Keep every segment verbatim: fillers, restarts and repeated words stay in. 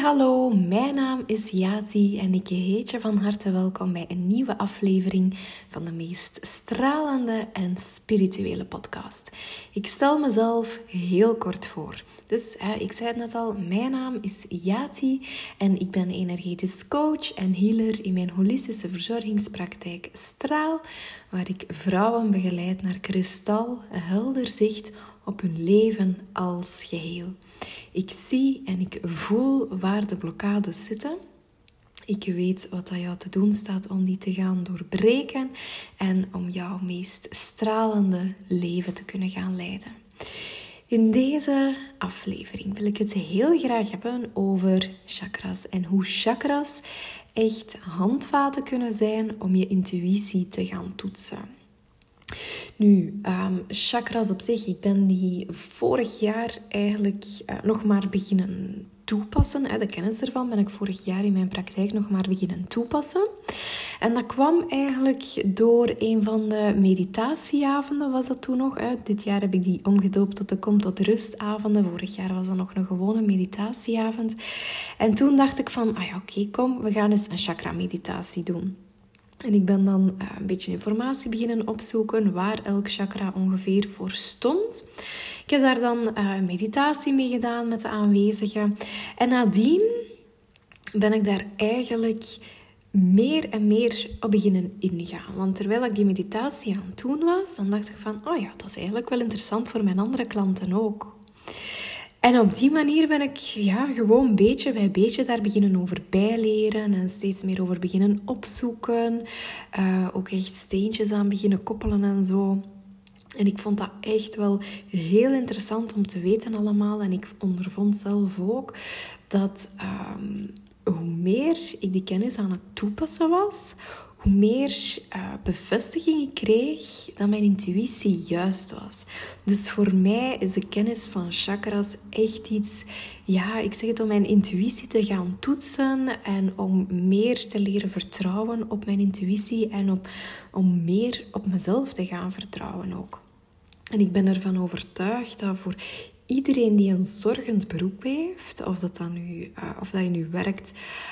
Hallo, mijn naam is Yati en ik heet je van harte welkom bij een nieuwe aflevering van de meest stralende en spirituele podcast. Ik stel mezelf heel kort voor. Dus hè, ik zei het net al, mijn naam is Yati en ik ben energetisch coach en healer in mijn holistische verzorgingspraktijk Straal, waar ik vrouwen begeleid naar kristal, helder zicht op hun leven als geheel. Ik zie en ik voel waar de blokkades zitten. Ik weet wat aan jou te doen staat om die te gaan doorbreken en om jouw meest stralende leven te kunnen gaan leiden. In deze aflevering wil ik het heel graag hebben over chakras en hoe chakras echt handvaten kunnen zijn om je intuïtie te gaan toetsen. Nu, um, chakras op zich, ik ben die vorig jaar eigenlijk uh, nog maar beginnen toepassen. Hè. De kennis ervan ben ik vorig jaar in mijn praktijk nog maar beginnen toepassen. En dat kwam eigenlijk door een van de meditatieavonden, was dat toen nog. Hè. Dit jaar heb ik die omgedoopt tot de Kom tot Rustavonden. Vorig jaar was dat nog een gewone meditatieavond. En toen dacht ik van, ah ja, oké, okay, kom, we gaan eens een chakra-meditatie doen. En ik ben dan uh, een beetje informatie beginnen opzoeken waar elk chakra ongeveer voor stond. Ik heb daar dan uh, een meditatie mee gedaan met de aanwezigen. En nadien ben ik daar eigenlijk meer en meer op beginnen ingaan. Want terwijl ik die meditatie aan het doen was, dan dacht ik van, oh ja, dat is eigenlijk wel interessant voor mijn andere klanten ook. En op die manier ben ik ja, gewoon beetje bij beetje daar beginnen over bijleren en steeds meer over beginnen opzoeken. Uh, ook echt steentjes aan beginnen koppelen en zo. En ik vond dat echt wel heel interessant om te weten allemaal. En ik ondervond zelf ook dat um, hoe meer ik die kennis aan het toepassen was, hoe meer uh, bevestiging ik kreeg dat mijn intuïtie juist was. Dus voor mij is de kennis van chakras echt iets, ja, ik zeg het om mijn intuïtie te gaan toetsen en om meer te leren vertrouwen op mijn intuïtie en op, om meer op mezelf te gaan vertrouwen ook. En ik ben ervan overtuigd dat voor iedereen die een zorgend beroep heeft, of dat, dan nu, uh, of dat je nu werkt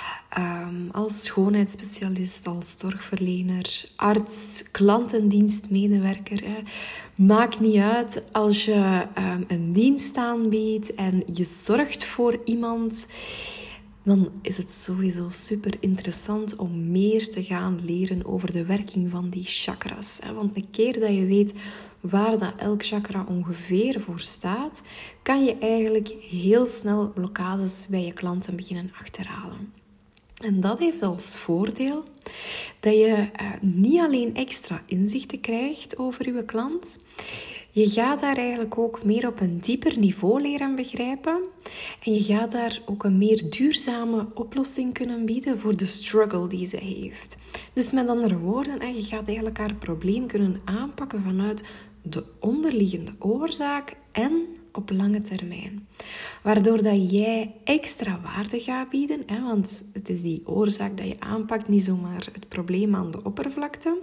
um, als schoonheidsspecialist, als zorgverlener, arts, klantendienstmedewerker, hè. Maakt niet uit als je um, een dienst aanbiedt en je zorgt voor iemand, dan is het sowieso super interessant om meer te gaan leren over de werking van die chakras. Want een keer dat je weet waar dat elk chakra ongeveer voor staat, kan je eigenlijk heel snel blokkades bij je klanten beginnen achterhalen. En dat heeft als voordeel dat je uh, niet alleen extra inzichten krijgt over je klant. Je gaat daar eigenlijk ook meer op een dieper niveau leren begrijpen. En je gaat daar ook een meer duurzame oplossing kunnen bieden voor de struggle die ze heeft. Dus met andere woorden, je gaat eigenlijk haar probleem kunnen aanpakken vanuit de onderliggende oorzaak en op lange termijn. Waardoor dat jij extra waarde gaat bieden, hè, want het is die oorzaak dat je aanpakt, niet zomaar het probleem aan de oppervlakte.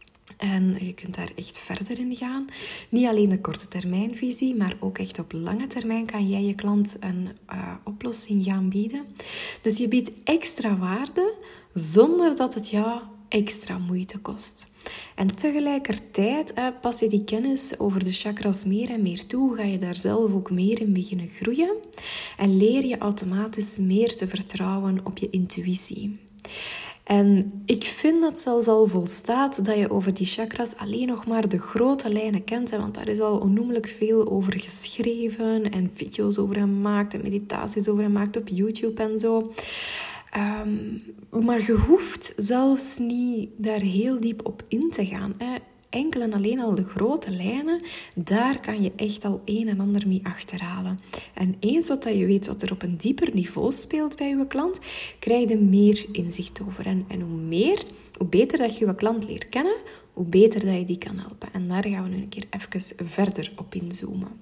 En je kunt daar echt verder in gaan. Niet alleen de korte termijnvisie, maar ook echt op lange termijn kan jij je klant een uh, oplossing gaan bieden. Dus je biedt extra waarde zonder dat het jou extra moeite kost. En tegelijkertijd eh, pas je die kennis over de chakras meer en meer toe, ga je daar zelf ook meer in beginnen groeien en leer je automatisch meer te vertrouwen op je intuïtie. En ik vind dat zelfs al volstaat dat je over die chakras alleen nog maar de grote lijnen kent, hè, want daar is al onnoemelijk veel over geschreven en video's over gemaakt en meditaties over gemaakt op YouTube en zo. Um, maar je hoeft zelfs niet daar heel diep op in te gaan. Hè. Enkel en alleen al de grote lijnen, daar kan je echt al een en ander mee achterhalen. En eens wat je weet wat er op een dieper niveau speelt bij je klant, krijg je meer inzicht over. En, en hoe meer, hoe beter dat je je klant leert kennen, hoe beter dat je die kan helpen. En daar gaan we nu een keer even verder op inzoomen.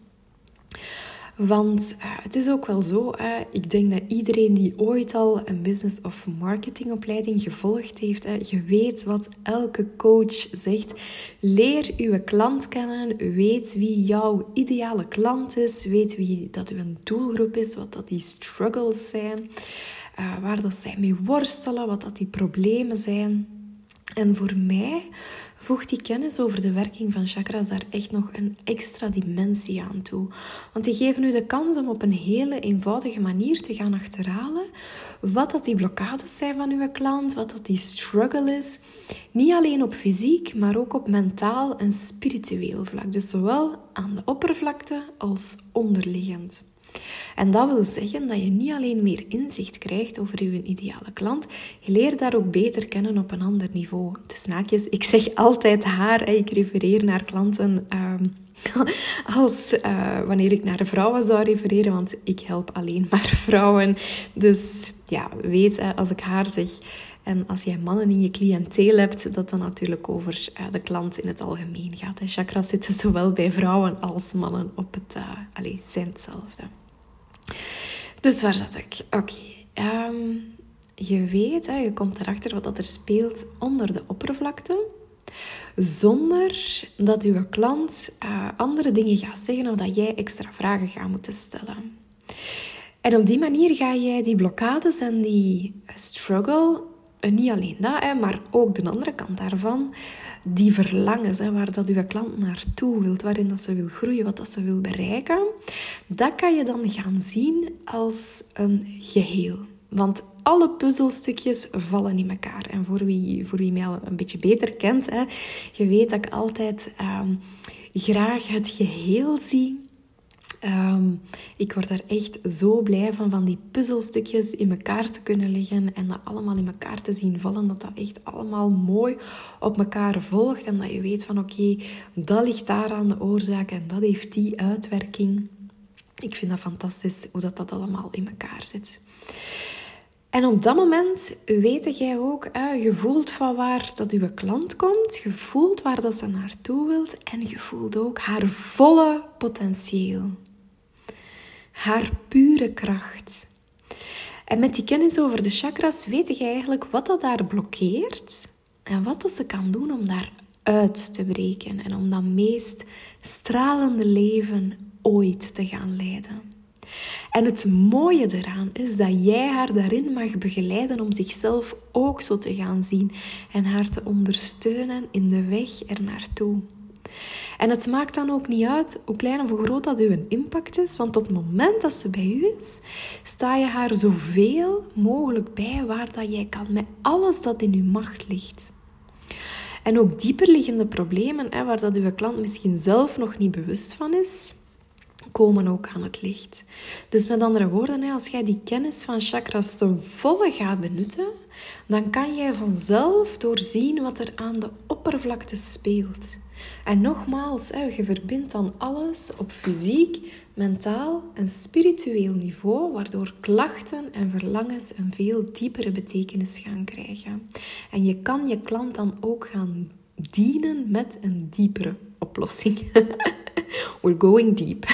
Want uh, het is ook wel zo, uh, ik denk dat iedereen die ooit al een business of marketingopleiding gevolgd heeft, uh, je weet wat elke coach zegt. Leer uw klant kennen, weet wie jouw ideale klant is, weet wie dat uw doelgroep is, wat dat die struggles zijn. uh, waar dat zij mee worstelen, wat dat die problemen zijn. En voor mij voegt die kennis over de werking van chakras daar echt nog een extra dimensie aan toe. Want die geven u de kans om op een hele eenvoudige manier te gaan achterhalen wat dat die blokkades zijn van uw klant, wat dat die struggle is. Niet alleen op fysiek, maar ook op mentaal en spiritueel vlak. Dus zowel aan de oppervlakte als onderliggend. En dat wil zeggen dat je niet alleen meer inzicht krijgt over je ideale klant, je leert daar ook beter kennen op een ander niveau. Dus naakjes, ik zeg altijd haar, ik refereer naar klanten um, als uh, wanneer ik naar vrouwen zou refereren, want ik help alleen maar vrouwen. Dus ja, weet, als ik haar zeg en als jij mannen in je cliënteel hebt, dat dan natuurlijk over uh, de klant in het algemeen gaat. En chakras zitten zowel bij vrouwen als mannen op het, uh, allez, zijn hetzelfde. Dus waar zat ik? Oké. Okay. Um, je weet, hè, je komt erachter wat er speelt onder de oppervlakte. Zonder dat uw klant uh, andere dingen gaat zeggen of dat jij extra vragen gaat moeten stellen. En op die manier ga jij die blokkades en die struggle, en niet alleen dat, hè, maar ook de andere kant daarvan, die verlangens, hè, waar dat uw klant naartoe wilt, waarin dat ze wil groeien, wat dat ze wil bereiken, dat kan je dan gaan zien als een geheel. Want alle puzzelstukjes vallen in elkaar. En voor wie, voor wie mij al een beetje beter kent, hè, je weet dat ik altijd um, graag het geheel zie. Um, ik word daar echt zo blij van, van die puzzelstukjes in elkaar te kunnen leggen en dat allemaal in elkaar te zien vallen, dat dat echt allemaal mooi op elkaar volgt en dat je weet van oké, okay, dat ligt daar aan de oorzaak en dat heeft die uitwerking. Ik vind dat fantastisch hoe dat, dat allemaal in elkaar zit. En op dat moment weet jij ook, je voelt van waar dat uw klant komt, je voelt waar dat ze naartoe wilt en je voelt ook haar volle potentieel. Haar pure kracht. En met die kennis over de chakras weet je eigenlijk wat dat daar blokkeert en wat dat ze kan doen om daar uit te breken en om dat meest stralende leven ooit te gaan leiden. En het mooie eraan is dat jij haar daarin mag begeleiden om zichzelf ook zo te gaan zien en haar te ondersteunen in de weg ernaartoe. En het maakt dan ook niet uit hoe klein of hoe groot dat uw impact is, want op het moment dat ze bij u is, sta je haar zoveel mogelijk bij waar dat jij kan, met alles dat in uw macht ligt. En ook dieperliggende problemen, hè, waar dat uw klant misschien zelf nog niet bewust van is, komen ook aan het licht. Dus met andere woorden, als jij die kennis van chakras ten volle gaat benutten, dan kan jij vanzelf doorzien wat er aan de oppervlakte speelt. En nogmaals, je verbindt dan alles op fysiek, mentaal en spiritueel niveau, waardoor klachten en verlangens een veel diepere betekenis gaan krijgen. En je kan je klant dan ook gaan dienen met een diepere oplossing. We're going deep.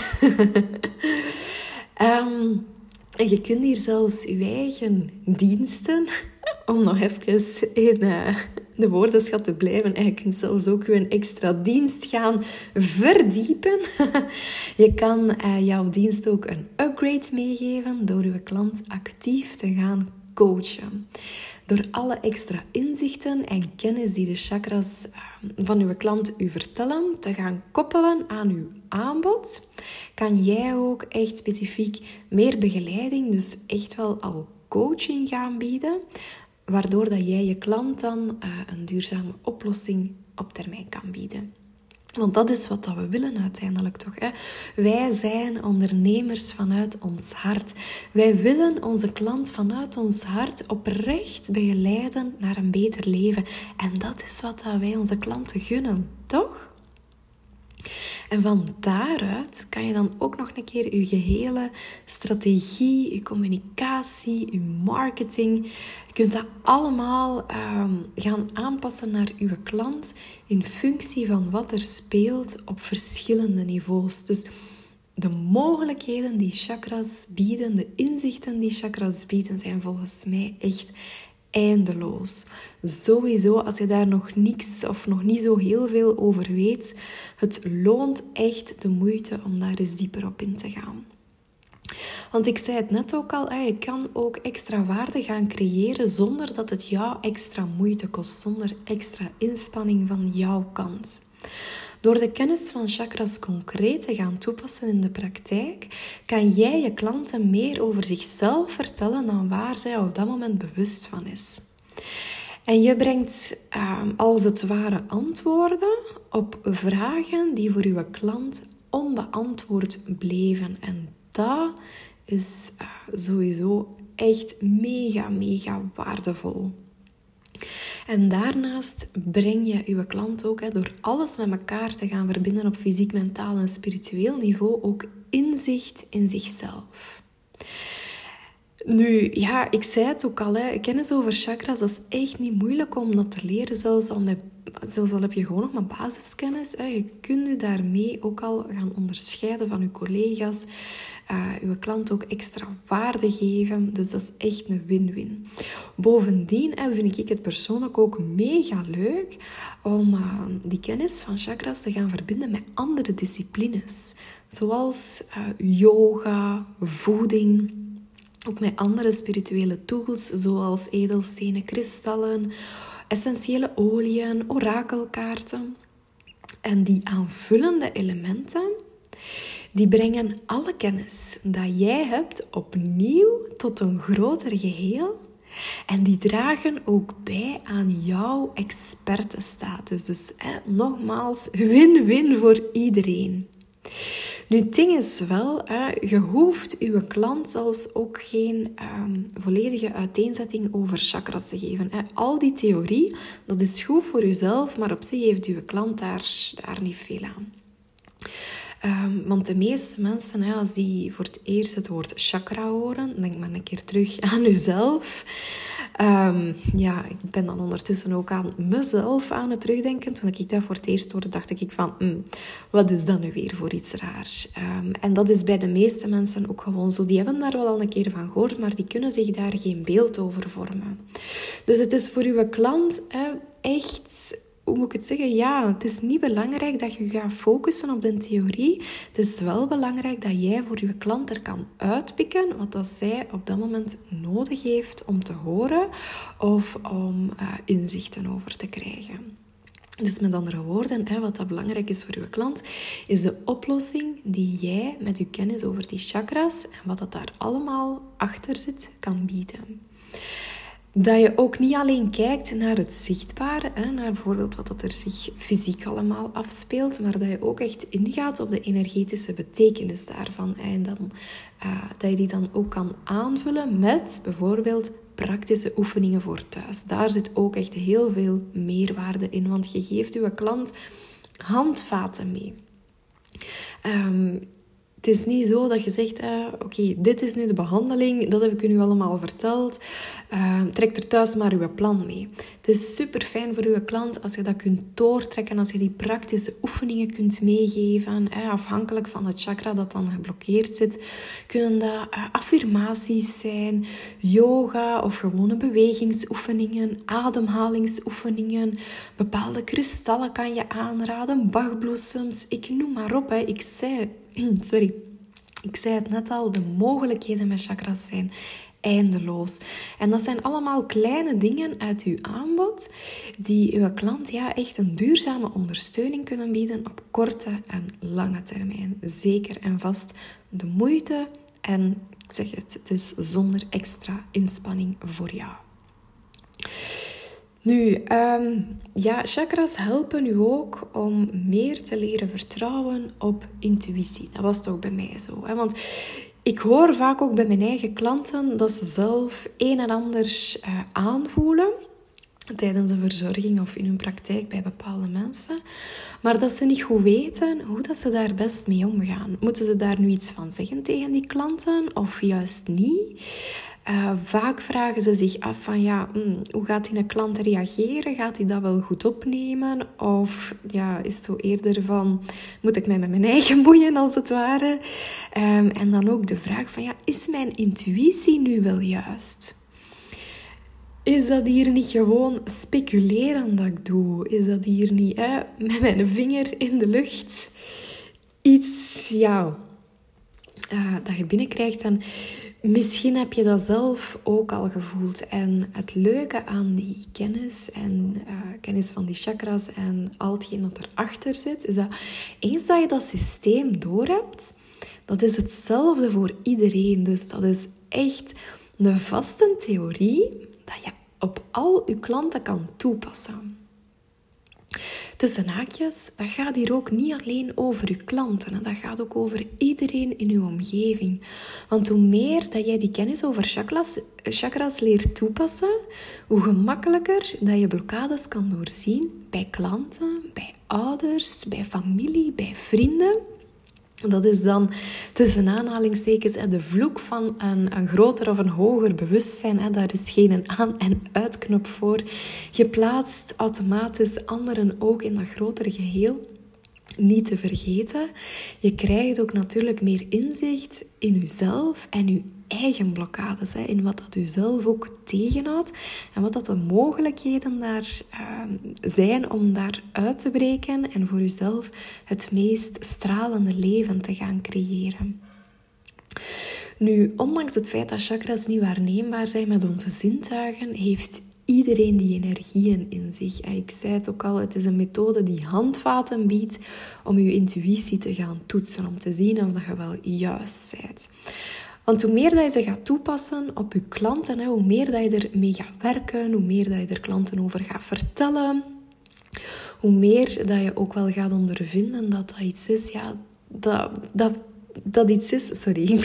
um, en je kunt hier zelfs je eigen diensten, om nog even in uh, de woordenschat te blijven, en je kunt zelfs ook je een extra dienst gaan verdiepen. Je kan uh, jouw dienst ook een upgrade meegeven door je klant actief te gaan coachen. Door alle extra inzichten en kennis die de chakras van uw klant u vertellen, te gaan koppelen aan uw aanbod, kan jij ook echt specifiek meer begeleiding, dus echt wel al coaching gaan bieden, waardoor dat jij je klant dan uh, een duurzame oplossing op termijn kan bieden. Want dat is wat we willen uiteindelijk toch. Hè? Wij zijn ondernemers vanuit ons hart. Wij willen onze klant vanuit ons hart oprecht begeleiden naar een beter leven. En dat is wat wij onze klanten gunnen, toch? En van daaruit kan je dan ook nog een keer je gehele strategie, je communicatie, je marketing, je kunt dat allemaal um, gaan aanpassen naar je klant in functie van wat er speelt op verschillende niveaus. Dus de mogelijkheden die chakras bieden, de inzichten die chakras bieden, zijn volgens mij echt eindeloos. Sowieso, als je daar nog niks of nog niet zo heel veel over weet, het loont echt de moeite om daar eens dieper op in te gaan. Want ik zei het net ook al, je kan ook extra waarde gaan creëren zonder dat het jou extra moeite kost, zonder extra inspanning van jouw kant. Door de kennis van chakras concreet te gaan toepassen in de praktijk, kan jij je klanten meer over zichzelf vertellen dan waar zij op dat moment bewust van is. En je brengt uh, als het ware antwoorden op vragen die voor je klant onbeantwoord bleven. En dat is uh, sowieso echt mega, mega waardevol. En daarnaast breng je je klant ook, hè, door alles met elkaar te gaan verbinden op fysiek, mentaal en spiritueel niveau, ook inzicht in zichzelf. Nu, ja, ik zei het ook al, hè, kennis over chakras, dat is echt niet moeilijk om dat te leren, zelfs al, heb, zelfs al heb je gewoon nog maar basiskennis. Hè. Je kunt je daarmee ook al gaan onderscheiden van je collega's, uh, je klant ook extra waarde geven, dus dat is echt een win-win. Bovendien hè, vind ik het persoonlijk ook mega leuk om uh, die kennis van chakras te gaan verbinden met andere disciplines, zoals uh, yoga, voeding, ook met andere spirituele tools, zoals edelstenen, kristallen, essentiële oliën, orakelkaarten. En die aanvullende elementen, die brengen alle kennis dat jij hebt opnieuw tot een groter geheel. En die dragen ook bij aan jouw expertenstatus. Dus hè, nogmaals, win-win voor iedereen. Nu, het ding is wel, hè, je hoeft je klant zelfs ook geen um, volledige uiteenzetting over chakras te geven. Hè. Al die theorie, dat is goed voor jezelf, maar op zich heeft je klant daar, daar niet veel aan. Um, want de meeste mensen, hè, als die voor het eerst het woord chakra horen, denk maar een keer terug aan jezelf. Um, ja, ik ben dan ondertussen ook aan mezelf aan het terugdenken. Toen ik dat voor het eerst hoorde, dacht ik van, mm, wat is dat nu weer voor iets raars? Um, en dat is bij de meeste mensen ook gewoon zo. Die hebben daar wel al een keer van gehoord, maar die kunnen zich daar geen beeld over vormen. Dus het is voor uw klant hè, echt... Hoe moet ik het zeggen? Ja, het is niet belangrijk dat je gaat focussen op de theorie. Het is wel belangrijk dat jij voor je klant er kan uitpikken wat dat zij op dat moment nodig heeft om te horen of om uh, inzichten over te krijgen. Dus met andere woorden, hè, wat dat belangrijk is voor je klant, is de oplossing die jij met je kennis over die chakras en wat dat daar allemaal achter zit, kan bieden. Dat je ook niet alleen kijkt naar het zichtbare, hè, naar bijvoorbeeld wat dat er zich fysiek allemaal afspeelt, maar dat je ook echt ingaat op de energetische betekenis daarvan. En dan, uh, dat je die dan ook kan aanvullen met bijvoorbeeld praktische oefeningen voor thuis. Daar zit ook echt heel veel meerwaarde in, want je geeft je klant handvaten mee. Um, Het is niet zo dat je zegt, eh, oké, okay, dit is nu de behandeling, dat heb ik u nu allemaal verteld. Uh, trek er thuis maar uw plan mee. Het is super fijn voor uw klant als je dat kunt doortrekken, als je die praktische oefeningen kunt meegeven. Eh, afhankelijk van het chakra dat dan geblokkeerd zit, kunnen dat uh, affirmaties zijn, yoga of gewone bewegingsoefeningen, ademhalingsoefeningen, bepaalde kristallen kan je aanraden, bachbloesems, ik noem maar op. Hè. Ik zei... Sorry, ik zei het net al, de mogelijkheden met chakras zijn eindeloos. En dat zijn allemaal kleine dingen uit uw aanbod die uw klant ja, echt een duurzame ondersteuning kunnen bieden op korte en lange termijn. Zeker en vast de moeite en ik zeg het, het is zonder extra inspanning voor jou. Nu, um, ja, chakras helpen u ook om meer te leren vertrouwen op intuïtie. Dat was toch bij mij zo. Hè? Want ik hoor vaak ook bij mijn eigen klanten dat ze zelf een en ander uh, aanvoelen tijdens een verzorging of in hun praktijk bij bepaalde mensen, maar dat ze niet goed weten hoe dat ze daar best mee omgaan. Moeten ze daar nu iets van zeggen tegen die klanten of juist niet? Uh, vaak vragen ze zich af van, ja, hm, hoe gaat die een klant reageren? Gaat hij dat wel goed opnemen? Of ja, is het zo eerder van, moet ik mij met mijn eigen boeien als het ware? Um, en dan ook de vraag van, ja, is mijn intuïtie nu wel juist? Is dat hier niet gewoon speculeren dat ik doe? Is dat hier niet hè, met mijn vinger in de lucht iets, ja... uh, dat je binnenkrijgt. En misschien heb je dat zelf ook al gevoeld. En het leuke aan die kennis en uh, kennis van die chakras en al hetgeen dat erachter zit, is dat eens dat je dat systeem doorhebt, dat is hetzelfde voor iedereen. Dus dat is echt een vaste theorie dat je op al je klanten kan toepassen. Tussen haakjes, dat gaat hier ook niet alleen over je klanten. Dat gaat ook over iedereen in je omgeving. Want hoe meer dat jij die kennis over chakras, chakras leert toepassen, hoe gemakkelijker dat je blokkades kan doorzien bij klanten, bij ouders, bij familie, bij vrienden. Dat is dan tussen aanhalingstekens de vloek van een, een groter of een hoger bewustzijn. Hè. Daar is geen aan- en uitknop voor. Je plaatst automatisch anderen ook in dat grotere geheel. Niet te vergeten. Je krijgt ook natuurlijk meer inzicht in jezelf en je eigen blokkades. Hè, in wat dat jezelf ook tegenhoudt. En wat dat de mogelijkheden daar uh, zijn om daar uit te breken. En voor jezelf het meest stralende leven te gaan creëren. Nu, ondanks het feit dat chakras niet waarneembaar zijn met onze zintuigen, heeft iedereen die energieën in zich. Ik zei het ook al, het is een methode die handvaten biedt om je intuïtie te gaan toetsen. Om te zien of dat je wel juist bent. Want hoe meer dat je ze gaat toepassen op je klanten, hoe meer dat je ermee gaat werken, hoe meer dat je er klanten over gaat vertellen, hoe meer dat je ook wel gaat ondervinden dat dat iets is, ja, dat, dat, dat iets is, sorry,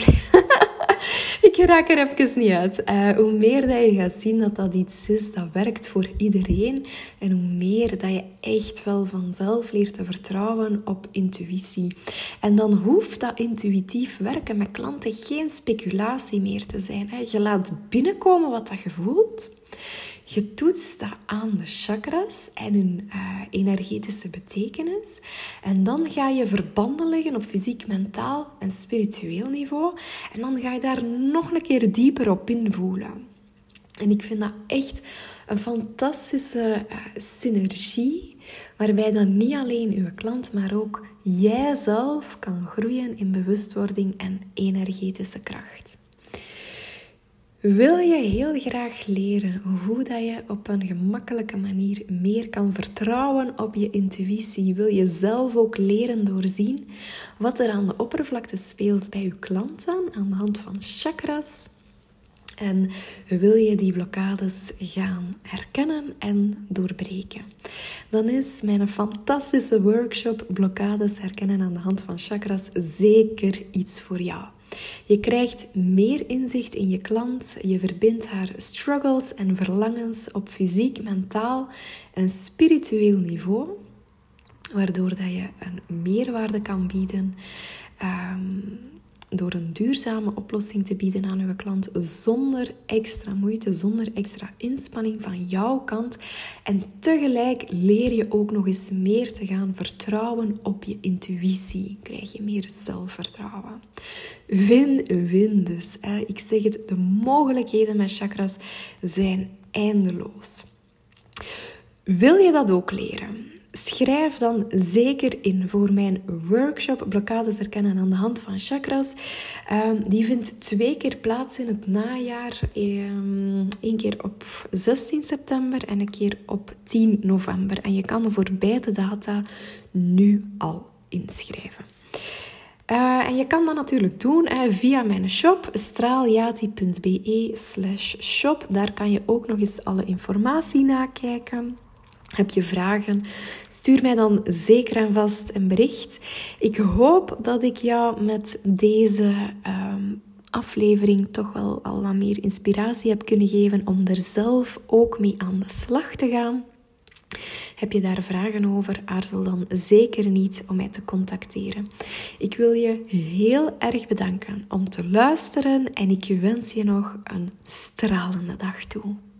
ik raak er even niet uit. Uh, hoe meer dat je gaat zien dat dat iets is dat werkt voor iedereen. En hoe meer dat je echt wel vanzelf leert te vertrouwen op intuïtie. En dan hoeft dat intuïtief werken met klanten geen speculatie meer te zijn. Hè. Je laat binnenkomen wat dat je voelt. Je toetst dat aan de chakras en hun uh, energetische betekenis. En dan ga je verbanden leggen op fysiek, mentaal en spiritueel niveau. En dan ga je daar nog een keer dieper op invoelen. En ik vind dat echt een fantastische uh, synergie, waarbij dan niet alleen uw klant, maar ook jijzelf kan groeien in bewustwording en energetische kracht. Wil je heel graag leren hoe dat je op een gemakkelijke manier meer kan vertrouwen op je intuïtie? Wil je zelf ook leren doorzien wat er aan de oppervlakte speelt bij je klanten aan de hand van chakras? En wil je die blokkades gaan herkennen en doorbreken? Dan is mijn fantastische workshop Blokkades herkennen aan de hand van chakras zeker iets voor jou. Je krijgt meer inzicht in je klant. Je verbindt haar struggles en verlangens op fysiek, mentaal en spiritueel niveau. Waardoor dat je een meerwaarde kan bieden. Um, door een duurzame oplossing te bieden aan uw klant. Zonder extra moeite, zonder extra inspanning van jouw kant. En tegelijk leer je ook nog eens meer te gaan vertrouwen op je intuïtie. Krijg je meer zelfvertrouwen. Win-win dus. Hè. Ik zeg het, de mogelijkheden met chakras zijn eindeloos. Wil je dat ook leren? Schrijf dan zeker in voor mijn workshop Blokkades herkennen aan de hand van chakras. Um, die vindt twee keer plaats in het najaar. Um, Eén keer op zestien september en een keer op tien november. En je kan voor beide data nu al inschrijven. Uh, en je kan dat natuurlijk doen uh, via mijn shop, straaljati.be slash shop. Daar kan je ook nog eens alle informatie nakijken. Heb je vragen? Stuur mij dan zeker en vast een bericht. Ik hoop dat ik jou met deze um, aflevering toch wel al wat meer inspiratie heb kunnen geven om er zelf ook mee aan de slag te gaan. Heb je daar vragen over? Aarzel dan zeker niet om mij te contacteren. Ik wil je heel erg bedanken om te luisteren en ik wens je nog een stralende dag toe.